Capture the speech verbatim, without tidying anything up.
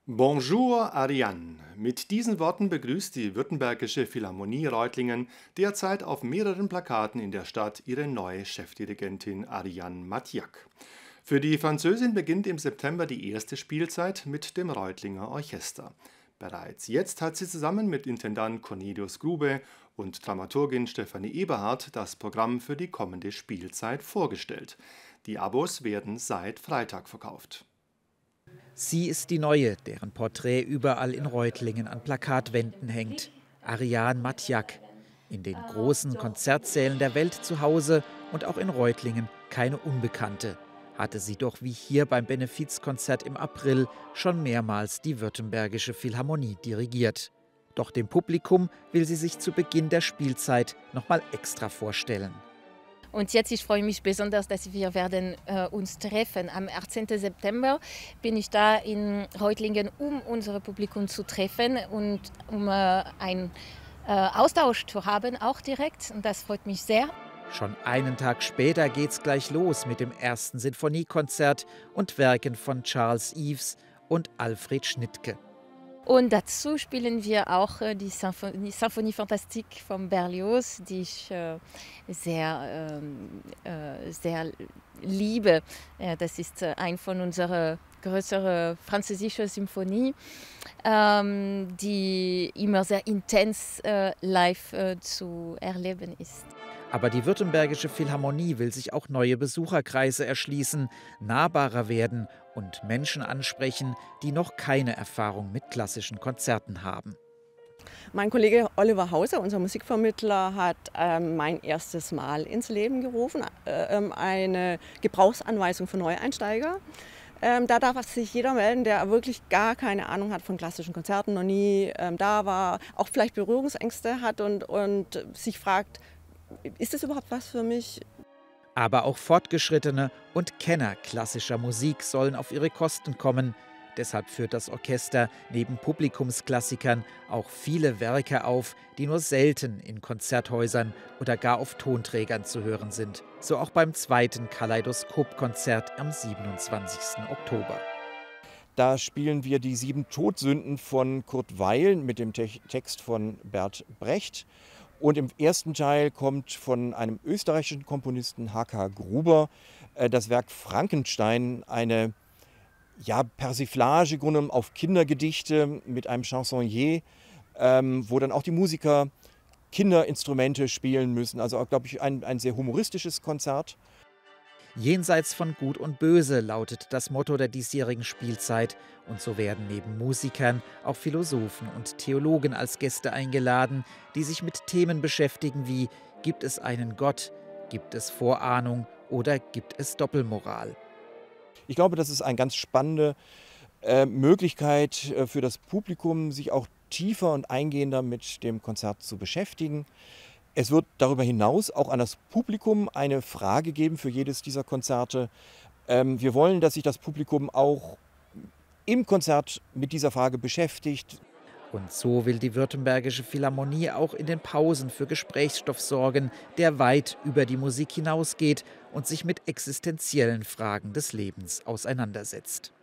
Bonjour Ariane. Mit diesen Worten begrüßt die Württembergische Philharmonie Reutlingen derzeit auf mehreren Plakaten in der Stadt ihre neue Chefdirigentin Ariane Mathiac. Für die Französin beginnt im September die erste Spielzeit mit dem Reutlinger Orchester. Bereits jetzt hat sie zusammen mit Intendant Cornelius Grube und Dramaturgin Stefanie Eberhardt das Programm für die kommende Spielzeit vorgestellt. Die Abos werden seit Freitag verkauft. Sie ist die Neue, deren Porträt überall in Reutlingen an Plakatwänden hängt. Ariane Mathiac. In den großen Konzertsälen der Welt zu Hause und auch in Reutlingen keine Unbekannte. Hatte sie doch wie hier beim Benefizkonzert im April schon mehrmals die Württembergische Philharmonie dirigiert. Doch dem Publikum will sie sich zu Beginn der Spielzeit noch mal extra vorstellen. Und jetzt, ich freue mich besonders, dass wir werden äh, uns treffen. Am achtzehnten September bin ich da in Reutlingen, um unser Publikum zu treffen und um äh, einen äh, Austausch zu haben, auch direkt. Und das freut mich sehr. Schon einen Tag später geht's gleich los mit dem ersten Sinfoniekonzert und Werken von Charles Ives und Alfred Schnittke. Und dazu spielen wir auch äh, die Symphonie, Symphonie Fantastique von Berlioz, die ich äh, sehr, äh, sehr liebe. Äh, das ist äh, ein von unseren größeren französischen Symphonien, ähm, die immer sehr intens äh, live äh, zu erleben ist. Aber die Württembergische Philharmonie will sich auch neue Besucherkreise erschließen, nahbarer werden und Menschen ansprechen, die noch keine Erfahrung mit klassischen Konzerten haben. Mein Kollege Oliver Hauser, unser Musikvermittler, hat ähm, mein erstes Mal ins Leben gerufen, äh, eine Gebrauchsanweisung für Neueinsteiger. Ähm, da darf sich jeder melden, der wirklich gar keine Ahnung hat von klassischen Konzerten, noch nie ähm, da war, auch vielleicht Berührungsängste hat und, und sich fragt, ist das überhaupt was für mich? Aber auch Fortgeschrittene und Kenner klassischer Musik sollen auf ihre Kosten kommen. Deshalb führt das Orchester neben Publikumsklassikern auch viele Werke auf, die nur selten in Konzerthäusern oder gar auf Tonträgern zu hören sind. So auch beim zweiten Kaleidoskop-Konzert am siebenundzwanzigsten Oktober. Da spielen wir die sieben Todsünden von Kurt Weill mit dem Te- Text von Bert Brecht. Und im ersten Teil kommt von einem österreichischen Komponisten H K Gruber äh, das Werk Frankenstein, eine ja, Persiflage genommen auf Kindergedichte mit einem Chansonnier, ähm, wo dann auch die Musiker Kinderinstrumente spielen müssen. Also, glaube ich, ein, ein sehr humoristisches Konzert. Jenseits von Gut und Böse lautet das Motto der diesjährigen Spielzeit. Und so werden neben Musikern auch Philosophen und Theologen als Gäste eingeladen, die sich mit Themen beschäftigen wie: Gibt es einen Gott? Gibt es Vorahnung? Oder gibt es Doppelmoral? Ich glaube, das ist eine ganz spannende äh, Möglichkeit äh, für das Publikum, sich auch tiefer und eingehender mit dem Konzert zu beschäftigen. Es wird darüber hinaus auch an das Publikum eine Frage geben für jedes dieser Konzerte. Ähm, wir wollen, dass sich das Publikum auch im Konzert mit dieser Frage beschäftigt. Und so will die Württembergische Philharmonie auch in den Pausen für Gesprächsstoff sorgen, der weit über die Musik hinausgeht und sich mit existenziellen Fragen des Lebens auseinandersetzt.